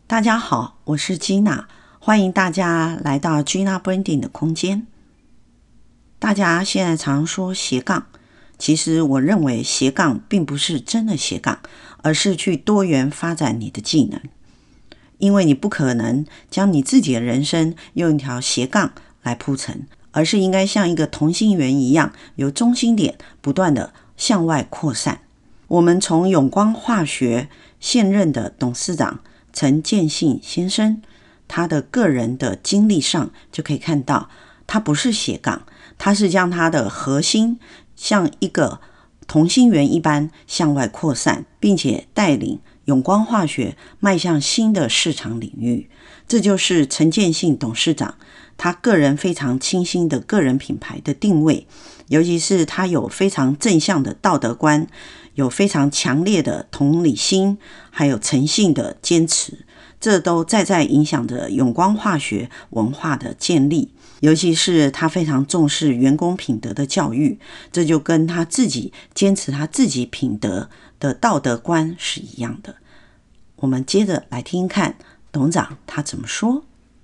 大家好，我是 Gina， 欢迎大家来到 Gina Branding 的空间。大家现在常说斜杠，其实我认为斜杠并不是真的斜杠，而是去多元发展你的技能。因为你不可能将你自己的人生用一条斜杠来铺陈，而是应该像一个同心圆一样，由中心点不断的向外扩散。我们从永光化学现任的董事长陈建信先生他的个人的经历上就可以看到，他不是斜杠，他是将他的核心像一个同心圆一般向外扩散，并且带领永光化学迈向新的市场领域。这就是陈建信董事长他个人非常清晰的个人品牌的定位，尤其是他有非常正向的道德观，有非常强烈的同理心，还有诚信的坚持，这都在影响着永光化学文化的建立。尤其是他非常重视员工品德的教育，这就跟他自己坚持他自己品德的道德观是一样的。我们接着来听看董事长他怎么说。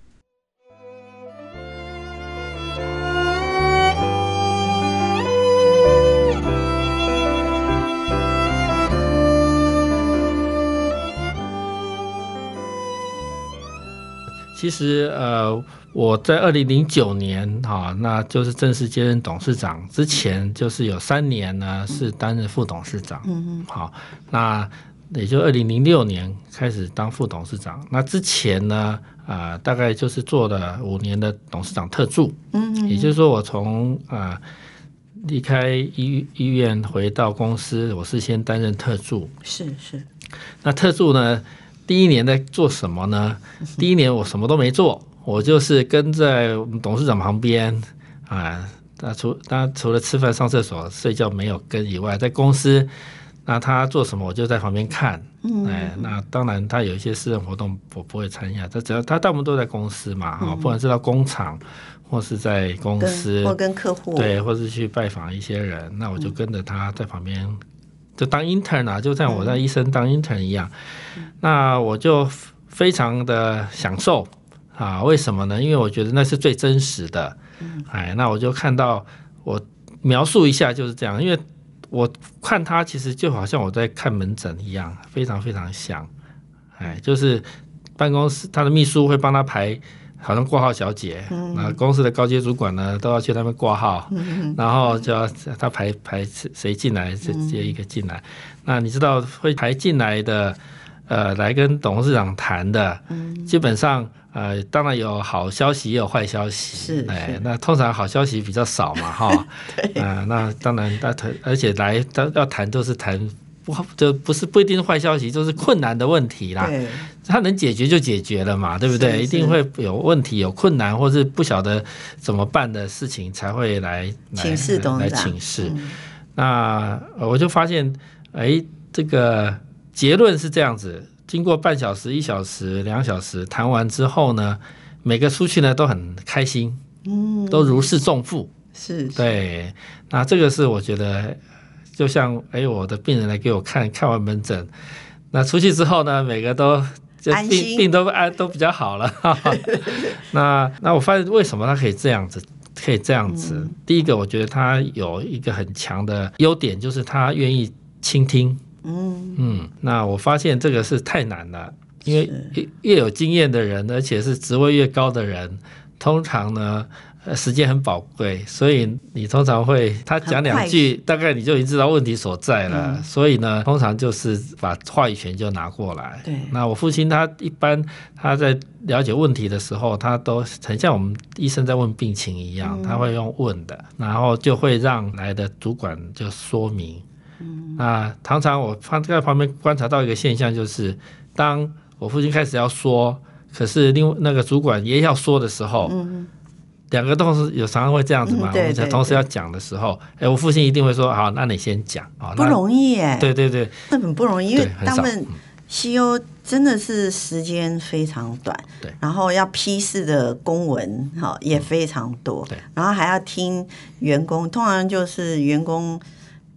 其实我在2009年那就是正式接任董事长之前，就是有3年呢是担任副董事长。那也就2006年开始当副董事长。那之前呢大概就是做了5年的董事长特助。也就是说我从离开医院回到公司，我是先担任特助。 是。 那特助呢，第1年在做什么呢？第1年我什么都没做，我就是跟在董事长旁边他除了吃饭、上厕所、睡觉没有跟以外，在公司那他做什么我就在旁边看。那当然他有一些私人活动我不会参加，只要他大部分都在公司嘛，不管是到工厂或是在公司或跟客户， 对，或是去拜访一些人，那我就跟着他在旁边就当 intern 就像我在医生当 intern 一样。那我就非常的享受为什么呢？因为我觉得那是最真实的。那我就看到，我描述一下就是这样，因为我看他其实就好像我在看门诊一样，非常非常像。就是办公室他的秘书会帮他排，好像挂号小姐，那公司的高阶主管呢都要去那边挂号，然后就要他排谁进来接一个进来。那你知道会排进来的来跟董事长谈的，基本上当然有好消息也有坏消息。 是那通常好消息比较少嘛那当然而且来要谈都是谈就不一定是坏消息，就是困难的问题啦。他能解决就解决了嘛，对不对？一定会有问题、有困难，或是不晓得怎么办的事情才会来请示董事长。 请示。那我就发现，这个结论是这样子。经过半小时、1小时、2小时谈完之后呢，每个出去呢都很开心，都如释重负。 是。 对，那这个是我觉得。就像我的病人来给我看完门诊，那出去之后呢，每个都病都比较好了。那我发现为什么他可以这样子？第一个，我觉得他有一个很强的优点，就是他愿意倾听。那我发现这个是太难了，因为越有经验的人，而且是职位越高的人，通常呢。时间很宝贵，所以你通常会他讲2句，大概你就已经知道问题所在了。所以呢，通常就是把话语权就拿过来。 对。 那我父亲他一般他在了解问题的时候，他都很像我们医生在问病情一样，他会用问的，然后就会让来的主管就说明。那常常我在旁边观察到一个现象，就是当我父亲开始要说，可是那个主管也要说的时候。2个同时有常常会这样子嘛，我们同时要讲的时候，我父亲一定会说好，那你先讲。 不容易耶。 对， 那很不容易，因为他们 CEO 真的是时间非常短， 对， 然后要批示的公文也非常多，然后还要听员工，通常就是员工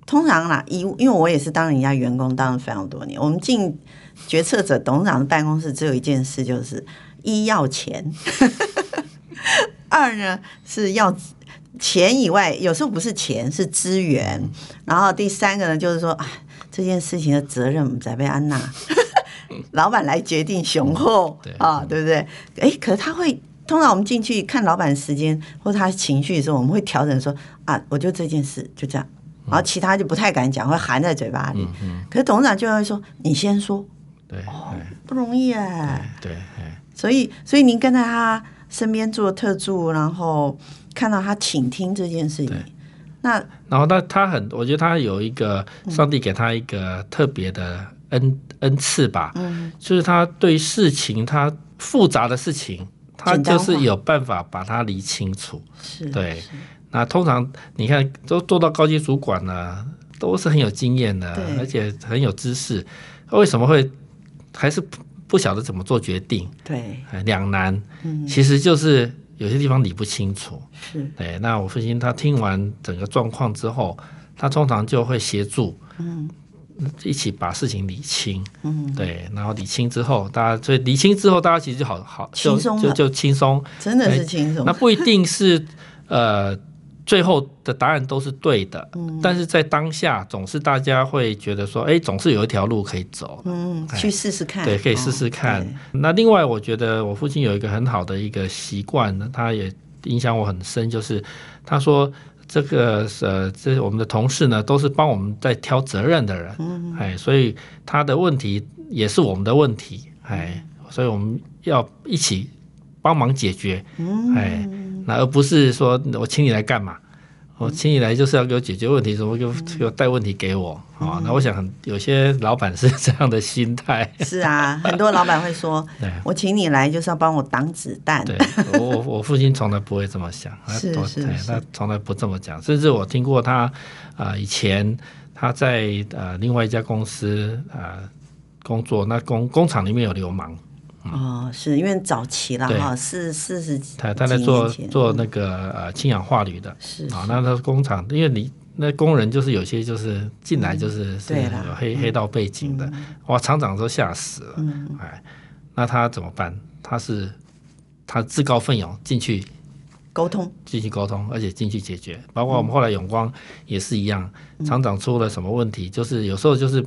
通常啦，因为我也是当人家员工当了非常多年，我们进决策者董事长的办公室只有一件事，就是一要钱，二呢是要钱以外，有时候不是钱是资源，然后第三个呢就是说，这件事情的责任我们才被安娜老板来决定雄厚对不对？可是他会。通常我们进去看老板时间或他情绪的时候，我们会调整说我就这件事就这样，然后其他就不太敢讲，会含在嘴巴里。可是董事长就会说：“你先说。” 对， 不容易哎。 对， 所以您跟在他身边做特助，然后看到他倾听这件事情， 然后我觉得他有一个上帝给他一个特别的恩赐吧，就是他对事情，他复杂的事情。他就是有办法把它理清楚，对。那通常你看，都做到高级主管了，都是很有经验的，而且很有知识，为什么会还是不晓得怎么做决定？ 对， 两难，其实就是有些地方理不清楚。对。那我父亲他听完整个状况之后，他通常就会协助，一起把事情理清，对，然后理清之后，所以理清之后，大家其实就好轻松了， 就轻松， 真的是轻松。 那不一定是最后的答案都是对的，但是在当下总是大家会觉得说，总是有一条路可以走， 去试试看， 对，可以试试看。那另外，我觉得我父亲有一个很好的一个习惯，他也影响我很深，就是他说。这我们的同事呢，都是帮我们在挑责任的人，所以他的问题也是我们的问题，所以我们要一起帮忙解决，那而不是说我请你来干嘛？我请你来就是要给我解决问题，怎么给我带问题给我？那我想有些老板是这样的心态。 是啊，很多老板会说，我请你来就是要帮我挡子弹。 对，我父亲从来不会这么想，他从来不这么讲。甚至我听过他以前他在另外一家公司工作，那工厂里面有流氓。 是因为早期了哈，40几他在做那个氢氧化铝的，那他工厂，因为你那工人就是有些就是进来就是有黑道背景的，哇，厂长都吓死了，那他怎么办？他自告奋勇进去沟通，而且进去解决。包括我们后来永光也是一样，厂长出了什么问题，就是有时候就是。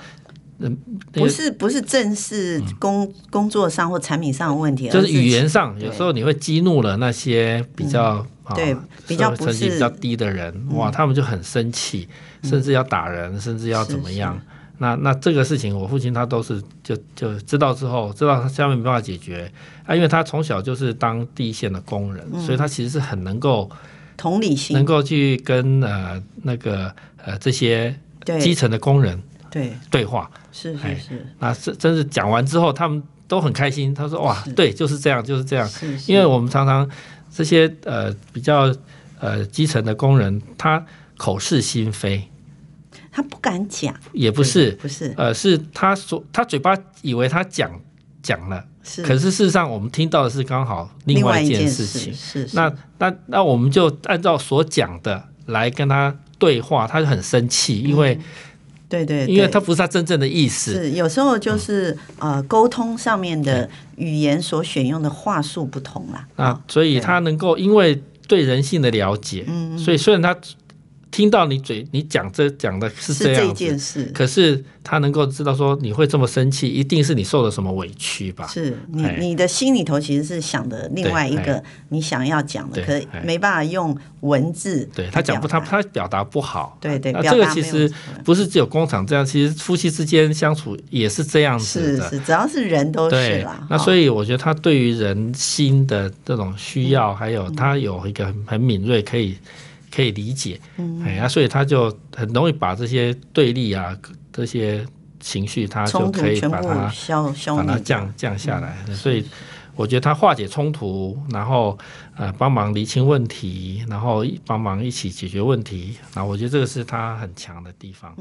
不是正式工作上或产品上的问题， 就是语言上，有时候你会激怒了那些比较比较不是成绩比较低的人，哇，他们就很生气，甚至要打人，甚至要怎么样。那这个事情，我父亲他都是就知道之后，知道他下面没办法解决因为他从小就是当第一线的工人，所以他其实是很能够同理心， 能够去跟这些基层的工人对话。 是， 那真是讲完之后，他们都很开心。他说：“哇，对，就是这样。”因为我们常常这些比较基层的工人，他口是心非， 他不敢讲， 也不是，是他嘴巴以为他讲了，可是事实上我们听到的是刚好另外一件事情。那我们就按照所讲的来跟他对话，他就很生气，因为。 对， 因为它不是他真正的意思， 是有时候就是沟通上面的语言所选用的话术不同啦， 所以他能够因为对人性的了解，所以虽然他听到你讲的是这样子， 是这件事， 可是他能够知道说你会这么生气，一定是你受了什么委屈吧？ 是你的心里头其实是想的另外一个你想要讲的，可没办法用文字。 对他他表达不好。 对， 那这个其实不是只有工厂这样，其实夫妻之间相处也是这样子的。 是，只要是人都是啦。 那所以我觉得他对于人心的这种需要，还有他有一个很敏锐可以理解，所以他就很容易把这些对立这些情绪，他就可以把它降下来。所以我觉得他化解冲突，然后帮忙厘清问题，然后帮忙一起解决问题，然后我觉得这个是他很强的地方。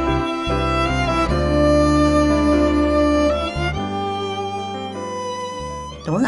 董事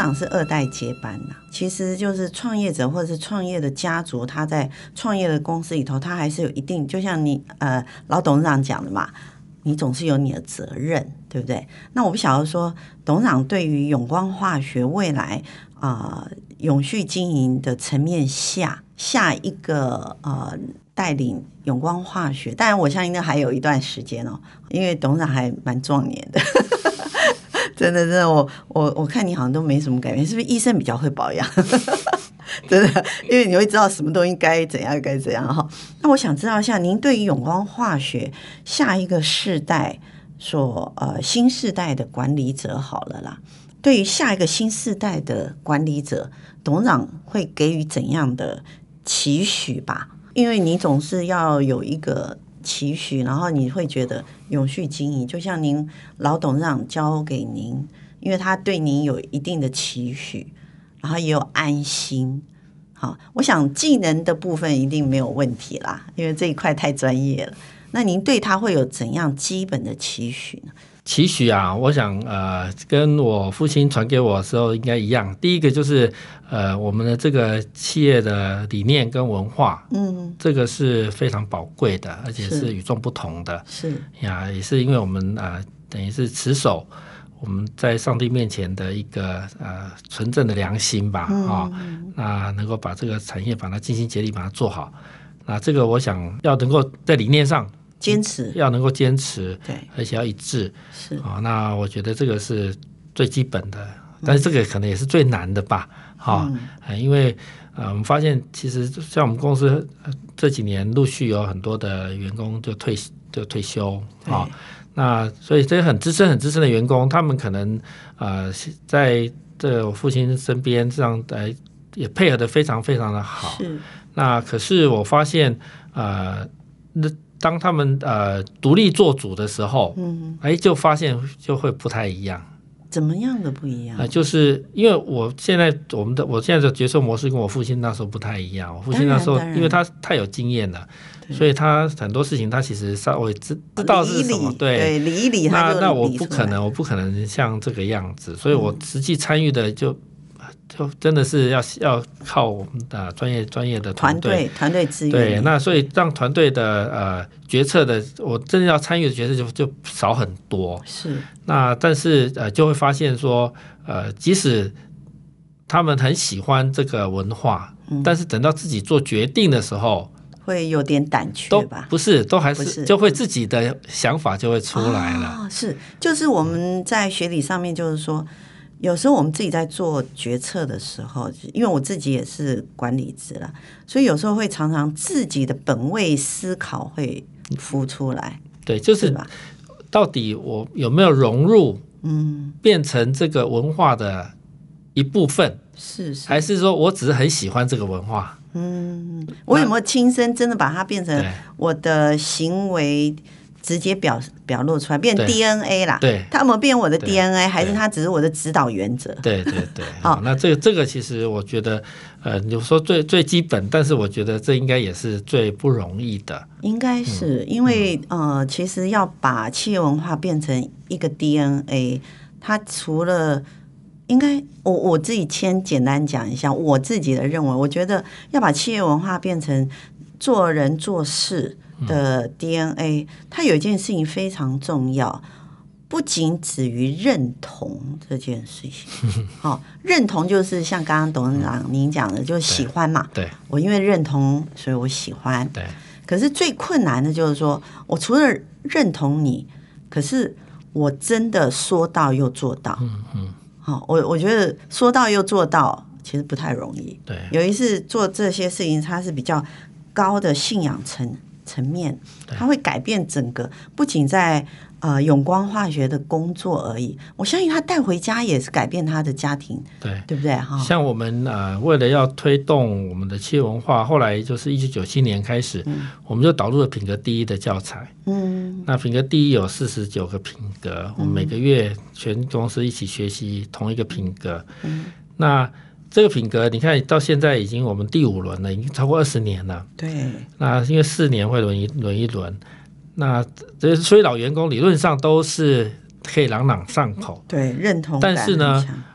长是2代接班呐，其实就是创业者或者是创业的家族，他在创业的公司里头，他还是有一定，就像你老董事长讲的嘛，你总是有你的责任，对不对？那我不晓得说，董事长对于永光化学未来永续经营的层面下一个带领永光化学，当然我相信那还有一段时间哦，因为董事长还蛮壮年的。真的，我看你好像都没什么改变，是不是医生比较会保养？真的，因为你会知道什么东西该怎样哈。那我想知道一下，您对于永光化学下一个世代新世代的管理者好了啦，对于下一个新世代的管理者，董事长会给予怎样的期许吧？因为你总是要有一个期许，然后你会觉得永续经营，就像您老董事长交给您，因为他对您有一定的期许，然后也有安心。好，我想技能的部分一定没有问题啦，因为这一块太专业了。那您对他会有怎样基本的期许呢？ 期许啊，我想跟我父亲传给我的时候应该一样。第一个就是我们的这个企业的理念跟文化，这个是非常宝贵的，而且是与众不同的。 是呀，也是因为我们等于是持守我们在上帝面前的一个纯正的良心吧，那能够把这个产业把它尽心竭力把它做好。那这个我想要能够在理念上坚持， 要能够坚持， 对， 而且要一致， 是那我觉得这个是最基本的，但是这个可能也是最难的吧，因为我们发现其实像我们公司这几年陆续有很多的员工就退休那所以这些很资深的员工，他们可能在这我父亲身边这样也配合得非常非常的好， 是。 那可是我发现当他们独立做主的时候，就发现就会不太一样。 怎么样的不一样？ 就是因为我现在的决策模式跟我父亲那时候不太一样。我父亲那时候因为他太有经验了，所以他很多事情他其实稍微知道是什么， 对，理一理他就理出来。 那我不可能像这个样子，所以我实际参与的就真的是要靠我们的专业的团队资源。 对，那所以让团队的决策的我真的要参与的决策就少很多。 是。 那但是就会发现说即使他们很喜欢这个文化，但是等到自己做决定的时候， 会有点胆怯吧？ 不是，都还是就会自己的想法就会出来了。 是，就是我们在学理上面就是说。有时候我们自己在做决策的时候，因为我自己也是管理职啦，所以有时候会常常自己的本位思考会浮出来。 对，就是到底我有没有融入，变成这个文化的一部分， 是还是说我只是很喜欢这个文化？ 我有没有亲身真的把它变成我的行为？直接表露出来，变 DNA 啦。 对， 它有没有变我的 DNA， 还是它只是我的指导原则？ 对。好，那这个其实我觉得，你说最基本，但是我觉得这应该也是最不容易的。 应该是因为其实要把企业文化变成一个 DNA， 它除了应该我自己先简单讲一下我自己的认为，我觉得要把企业文化变成做人做事的 DNA， 它有一件事情非常重要，不仅止于认同这件事情。认同就是像刚刚董事长您讲的，就是喜欢嘛。 对， 我因为认同，所以我喜欢。 对。 可是最困难的就是说，我除了认同你，可是我真的说到又做到。我觉得说到又做到其实不太容易。 对， 有一次做这些事情，它是比较高的信仰层面，它会改变整个，不仅在永光化学的工作而已，我相信他带回家也是改变他的家庭，对不对？ 像我们为了要推动我们的企业文化，后来就是1997年开始，我们就导入了品格第一的教材。那品格第一有49个品格，我们每个月全公司一起学习同一个品格。那这个品格你看到现在已经我们第5轮了，已经超过20年了。 对， 那因为4年会轮一轮，那这所以老员工理论上都是可以朗朗上口， 对，认同感。 但是呢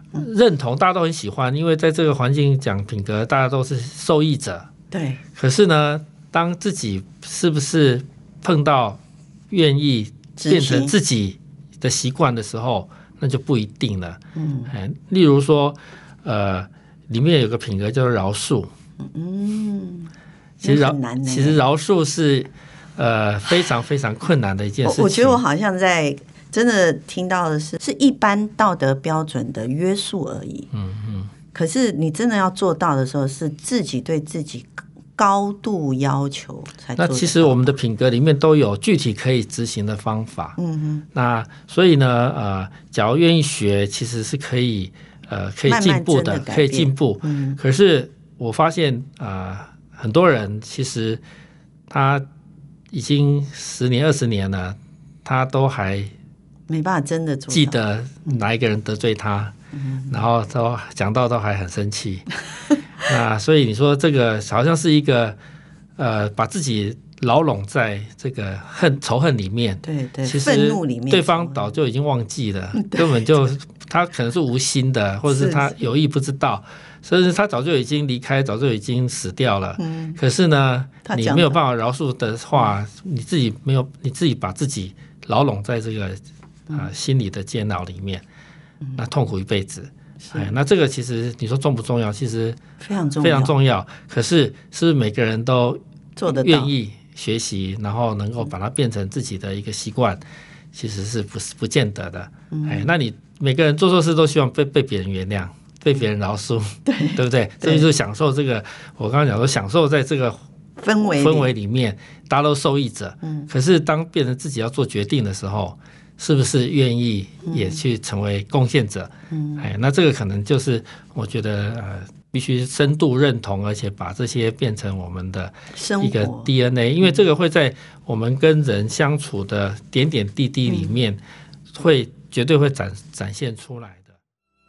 认同，大家都很喜欢，因为在这个环境讲品格，大家都是受益者。 对。 可是呢，当自己是不是碰到愿意变成自己的习惯的时候，那就不一定了。例如说，里面有个品格叫做饶恕。其实饶恕是非常非常困难的一件事情。 我觉得我好像在真的听到的是一般道德标准的约束而已。可是你真的要做到的时候，是自己对自己高度要求才做得到。 那其实我们的品格里面都有具体可以执行的方法。那所以呢，假如愿意学，其实是可以进步的，可以进步。可是我发现很多人其实他已经10年20年了，他都还没办法真的做到， 记得哪一个人得罪他，然后都讲到都还很生气。那所以你说这个好像是一个把自己牢笼在这个仇恨里面， 对， 其实愤怒里面， 对方早就已经忘记了，根本就他可能是无心的，或者是他有意不知道，甚至他早就已经离开，早就已经死掉了。可是呢，你没有办法饶恕的话，你自己把自己牢笼在这个心理的监牢里面，那痛苦一辈子。那这个其实你说重不重要？其实非常重要。可是是不是每个人都做得到， 愿意学习，然后能够把它变成自己的一个习惯，其实是不见得的。那你每个人做错事都希望被别人原谅，被别人饶恕，对不对？这就是享受这个，我刚刚讲说享受在这个氛围里面，大家都受益者。可是当变成自己要做决定的时候，是不是愿意也去成为贡献者？那这个可能就是我觉得必须深度认同，而且把这些变成我们的一个 DNA， 因为这个会在我们跟人相处的点点滴滴里面，绝对会展现出来的。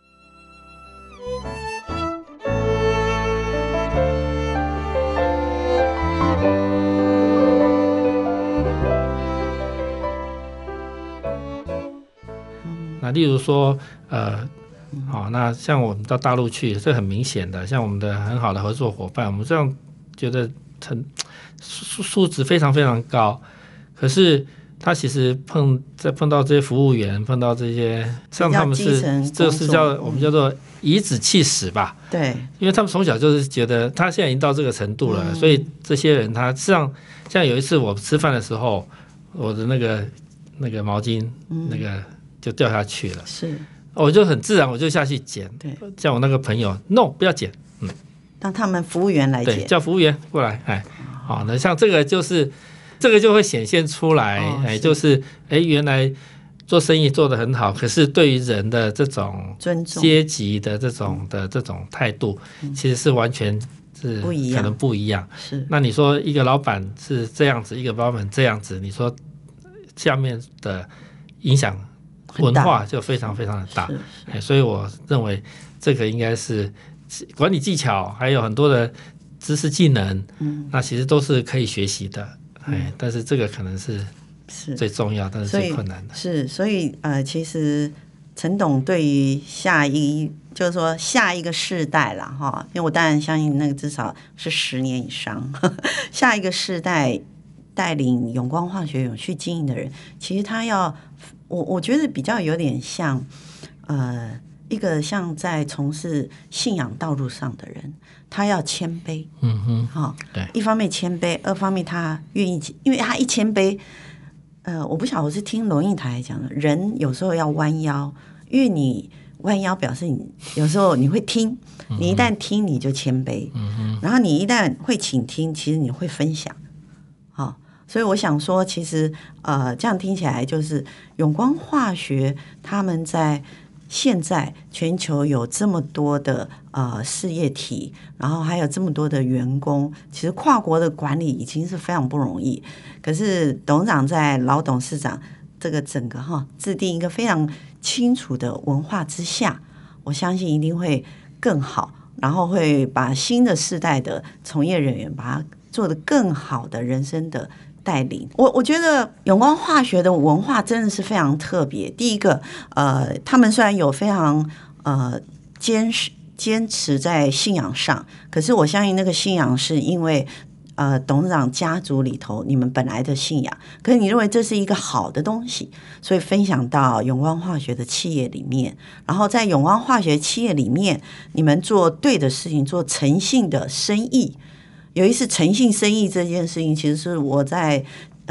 那例如说那像我们到大陆去，这很明显的，像我们的很好的合作伙伴，我们这样觉得素质非常非常高，可是他其实碰到这些服务员，碰到这些像他们这是我们叫做颐指气使吧？对，因为他们从小就是觉得他现在已经到这个程度了，所以这些人他像有一次我吃饭的时候，我的那个毛巾那个就掉下去了，我就很自然我就下去捡，叫我那个朋友 no 不要捡， 让他们服务员来捡， 对，叫服务员过来，那像这个就会显现出来，就是原来做生意做得很好，可是对于人的这种尊重、阶级的这种态度，其实是完全是可能不一样。那你说一个老板是这样子，一个老板这样子，你说下面的影响文化就非常非常的大。所以我认为这个应该是管理技巧，还有很多的知识技能，那其实都是可以学习的。但是这个可能是最重要，但是最困难的。 所以其实陈董对于下一个世代啦哈，因为我当然相信那个至少是10年以上，下一个世代带领永光化学永续经营的人，其实他要我觉得比较有点像一个像在从事信仰道路上的人，他要谦卑，对，一方面谦卑，二方面他愿意，因为他一谦卑，我不晓得我是听龙应台讲的，人有时候要弯腰，因为你弯腰表示你有时候你会听，你一旦听你就谦卑，然后你一旦会倾听，其实你会分享，所以我想说，其实这样听起来就是永光化学他们在现在全球有这么多的事业体，然后还有这么多的员工，其实跨国的管理已经是非常不容易。可是董事长在老董事长这个整个制定一个非常清楚的文化之下，我相信一定会更好，然后会把新的世代的从业人员把它做得更好的人生的带领。我觉得永光化学的文化真的是非常特别。第一个他们虽然有非常坚持在信仰上，可是我相信那个信仰是因为董事长家族里头你们本来的信仰，可是你认为这是一个好的东西，所以分享到永光化学的企业里面，然后在永光化学企业里面，你们做对的事情，做诚信的生意。有一次诚信生意这件事情，其实是我在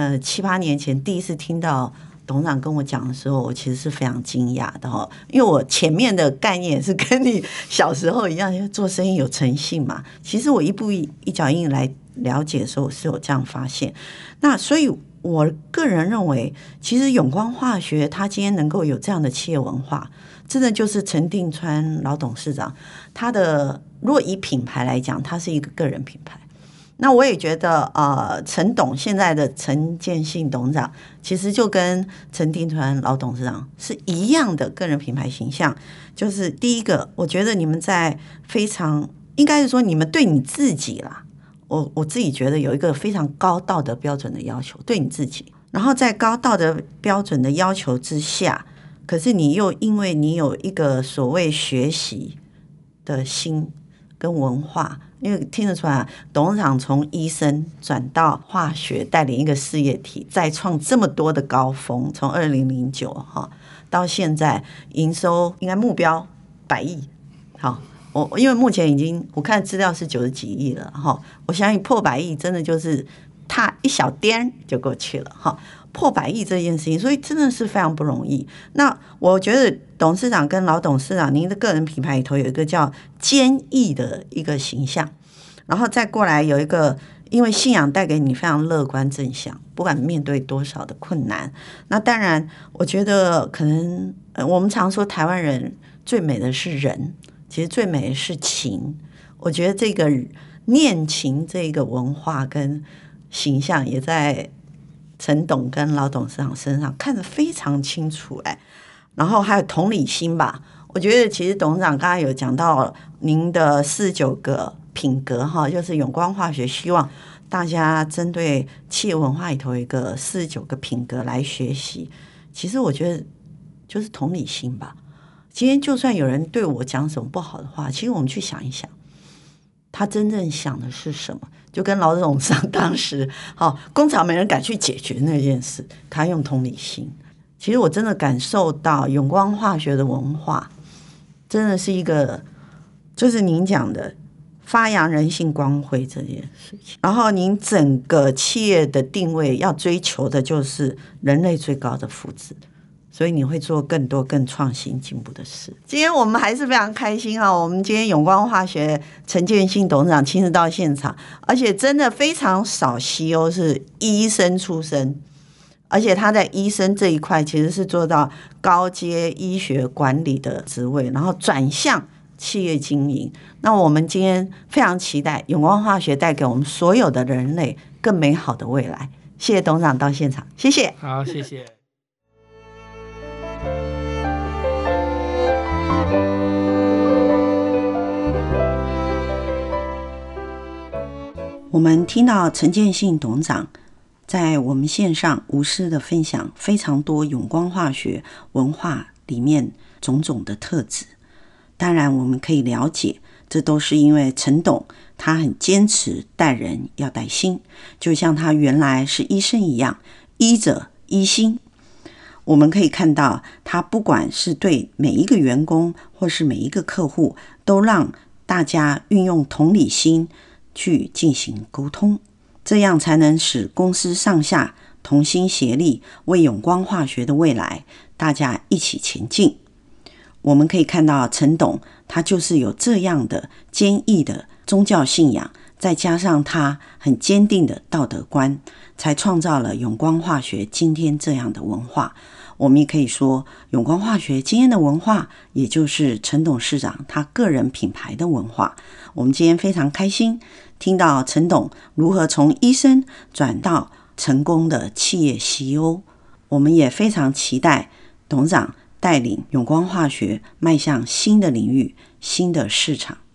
7、8年前第一次听到董事长跟我讲的时候，我其实是非常惊讶的哈，因为我前面的概念是跟你小时候一样，做生意有诚信嘛。其实我一步一脚印来了解的时候，我是有这样发现。那所以我个人认为，其实永光化学它今天能够有这样的企业文化，真的就是陈定川老董事长他的，如果以品牌来讲，他是一个个人品牌。那我也觉得陈董现在的陈建信董事长其实就跟陈定川老董事长是一样的个人品牌形象。就是第一个，我觉得你们在非常应该是说你们对你自己啦，我自己觉得有一个非常高道德标准的要求对你自己，然后在高道德标准的要求之下，可是你又因为你有一个所谓学习的心跟文化，因为听得出来董事长从医生转到化学，带领一个事业体再创这么多的高峰，从2009到现在营收应该目标100亿。好，我因为目前已经我看资料是90几亿了哈，我相信破100亿真的就是踏一小颠就过去了哈。破100亿这件事情，所以真的是非常不容易。那我觉得董事长跟老董事长，您的个人品牌里头有一个叫坚毅的一个形象，然后再过来有一个，因为信仰带给你非常乐观正向，不管面对多少的困难。那当然，我觉得可能我们常说台湾人最美的是人，其实最美的是情。我觉得这个念情这个文化跟形象也在陈董跟老董事长身上看得非常清楚然后还有同理心吧。我觉得其实董事长刚才有讲到您的49个品格就是永光化学希望大家针对企业文化里头一个49个品格来学习。其实我觉得就是同理心吧。今天就算有人对我讲什么不好的话，其实我们去想一想，他真正想的是什么？就跟老董事长当时工厂没人敢去解决那件事，他用同理心。其实我真的感受到永光化学的文化真的是一个，就是您讲的发扬人性光辉这件事情。然后您整个企业的定位要追求的就是人类最高的福祉，所以你会做更多更创新进步的事。今天我们还是非常开心我们今天永光化学陈建信董事长亲自到现场，而且真的非常少 CEO 是医生出身，而且他在医生这一块其实是做到高阶医学管理的职位，然后转向企业经营。那我们今天非常期待永光化学带给我们所有的人类更美好的未来。谢谢董事长到现场，谢谢。 好，谢谢。 我们听到陈建信董事长在我们线上无私的分享非常多永光化学文化里面种种的特质。当然我们可以了解，这都是因为陈董他很坚持待人要带心，就像他原来是医生一样，医者医心。我们可以看到他不管是对每一个员工或是每一个客户，都让大家运用同理心去进行沟通，这样才能使公司上下同心协力，为永光化学的未来大家一起前进。我们可以看到陈董他就是有这样的坚毅的宗教信仰，再加上他很坚定的道德观，才创造了永光化学今天这样的文化。我们也可以说永光化学今天的文化也就是陈董事长他个人品牌的文化。我们今天非常开心听到陈董如何从医生转到成功的企业 CEO。 我们也非常期待董事长带领永光化学迈向新的领域、新的市场。